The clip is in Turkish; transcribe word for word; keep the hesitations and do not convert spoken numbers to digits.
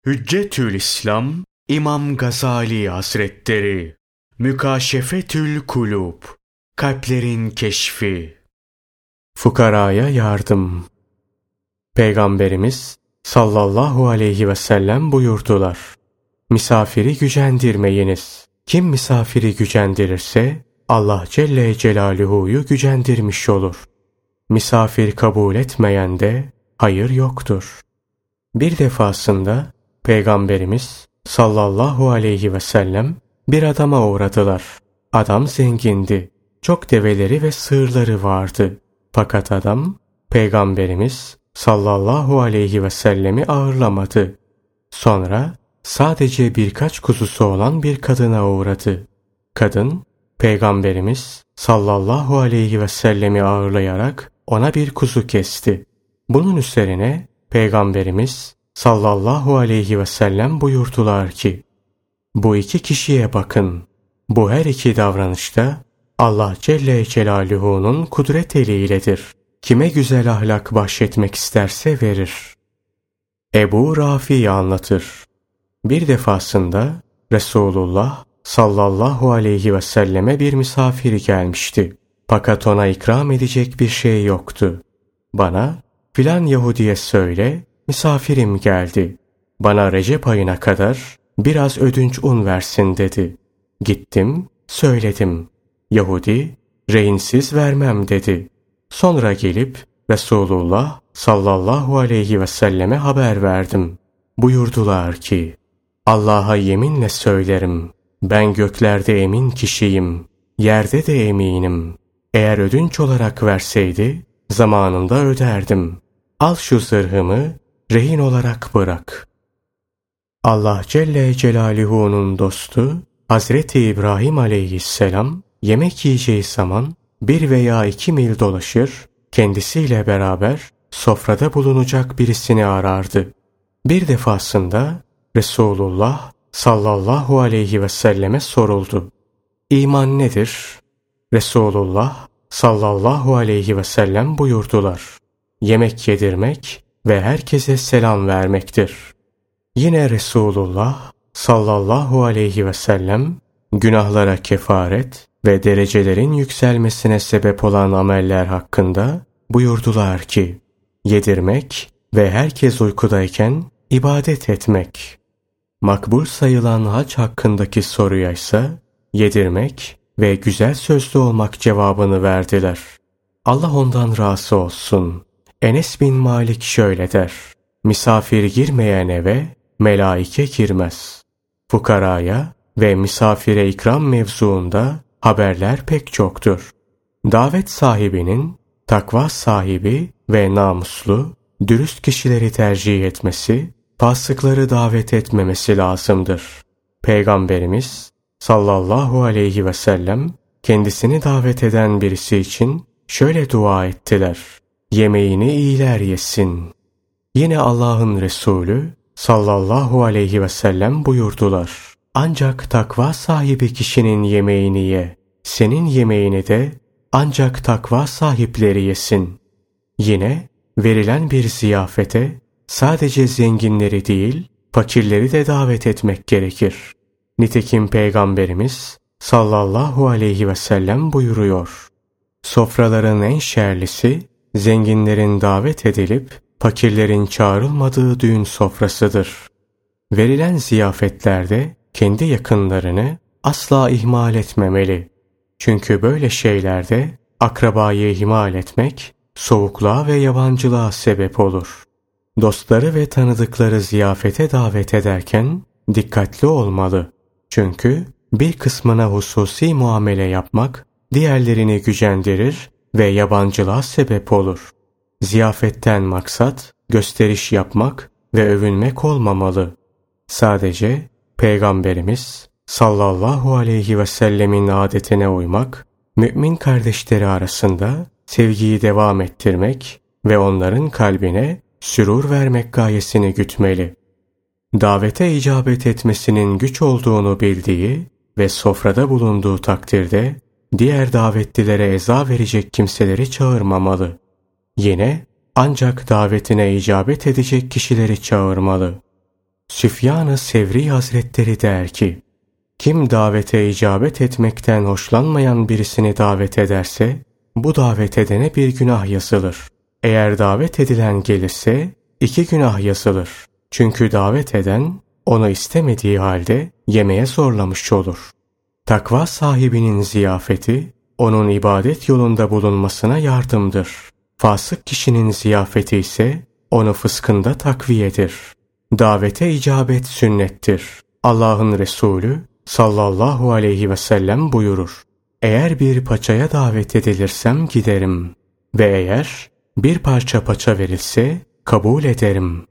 Hüccetül İslam İmam Gazali Hazretleri. Mükaşefetül Kulub, kalplerin keşfi. Fukaraya yardım. Peygamberimiz sallallahu aleyhi ve sellem buyurdular: misafiri gücendirmeyiniz. Kim misafiri gücendirirse Allah Celle Celaluhu'yu gücendirmiş olur. Misafir kabul etmeyen de hayır yoktur. Bir defasında Peygamberimiz sallallahu aleyhi ve sellem bir adama uğradılar. Adam zengindi. Çok develeri ve sığırları vardı. Fakat adam Peygamberimiz sallallahu aleyhi ve sellemi ağırlamadı. Sonra sadece birkaç kuzusu olan bir kadına uğradı. Kadın Peygamberimiz sallallahu aleyhi ve sellemi ağırlayarak ona bir kuzu kesti. Bunun üzerine Peygamberimiz sallallahu aleyhi ve sellem buyurdular ki: bu iki kişiye bakın. Bu her iki davranışta Allah Celle Celaluhu'nun kudret eliyledir. Kime güzel ahlak bahşetmek isterse verir. Ebu Rafi anlatır. Bir defasında Resulullah sallallahu aleyhi ve selleme bir misafiri gelmişti. Fakat ona ikram edecek bir şey yoktu. Bana filan Yahudiye söyle, misafirim geldi. Bana Recep ayına kadar biraz ödünç un versin dedi. Gittim, söyledim. Yahudi, rehinsiz vermem dedi. Sonra gelip Resulullah sallallahu aleyhi ve selleme haber verdim. Buyurdular ki: Allah'a yeminle söylerim, ben göklerde emin kişiyim, yerde de eminim. Eğer ödünç olarak verseydi zamanında öderdim. Al şu zırhımı, rehin olarak bırak. Allah Celle Celaluhu'nun dostu Hazreti İbrahim aleyhisselam yemek yiyeceği zaman bir veya iki mil dolaşır, kendisiyle beraber sofrada bulunacak birisini arardı. Bir defasında Resulullah sallallahu aleyhi ve selleme soruldu: İman nedir? Resulullah sallallahu aleyhi ve sellem buyurdular: yemek yedirmek ve herkese selam vermektir. Yine Resulullah sallallahu aleyhi ve sellem günahlara kefaret ve derecelerin yükselmesine sebep olan ameller hakkında buyurdular ki: yedirmek ve herkes uykudayken ibadet etmek. Makbul sayılan hac hakkındaki soruya ise yedirmek ve güzel sözlü olmak cevabını verdiler. Allah ondan razı olsun. Enes bin Malik şöyle der: misafir girmeyen eve melaike girmez. Fukaraya ve misafire ikram mevzuunda haberler pek çoktur. Davet sahibinin takva sahibi ve namuslu, dürüst kişileri tercih etmesi, fasıkları davet etmemesi lazımdır. Peygamberimiz sallallahu aleyhi ve sellem kendisini davet eden birisi için şöyle dua ettiler: yemeğini iyiler yesin. Yine Allah'ın Resulü sallallahu aleyhi ve sellem buyurdular: ancak takva sahibi kişinin yemeğini ye, senin yemeğini de ancak takva sahipleri yesin. Yine verilen bir ziyafete sadece zenginleri değil, fakirleri de davet etmek gerekir. Nitekim Peygamberimiz sallallahu aleyhi ve sellem buyuruyor: sofraların en şerlisi zenginlerin davet edilip fakirlerin çağrılmadığı düğün sofrasıdır. Verilen ziyafetlerde kendi yakınlarını asla ihmal etmemeli. Çünkü böyle şeylerde akrabayı ihmal etmek soğukluğa ve yabancılığa sebep olur. Dostları ve tanıdıkları ziyafete davet ederken dikkatli olmalı. Çünkü bir kısmına hususi muamele yapmak diğerlerini gücendirir ve yabancılığa sebep olur. Ziyafetten maksat gösteriş yapmak ve övünmek olmamalı. Sadece Peygamberimiz sallallahu aleyhi ve sellemin adetine uymak, mümin kardeşleri arasında sevgiyi devam ettirmek ve onların kalbine sürur vermek gayesini gütmeli. Davete icabet etmesinin güç olduğunu bildiği ve sofrada bulunduğu takdirde diğer davetlilere eza verecek kimseleri çağırmamalı. Yine ancak davetine icabet edecek kişileri çağırmalı. Süfyan-ı Sevri Hazretleri der ki, kim davete icabet etmekten hoşlanmayan birisini davet ederse, bu davet edene bir günah yazılır. Eğer davet edilen gelirse, iki günah yazılır. Çünkü davet eden, onu istemediği halde yemeğe zorlamış olur. Takva sahibinin ziyafeti, onun ibadet yolunda bulunmasına yardımdır. Fasık kişinin ziyafeti ise, onu fıskında takviyedir. Davete icabet sünnettir. Allah'ın Resulü sallallahu aleyhi ve sellem buyurur. Eğer bir paçaya davet edilirsem giderim ve eğer bir parça paça verilse kabul ederim.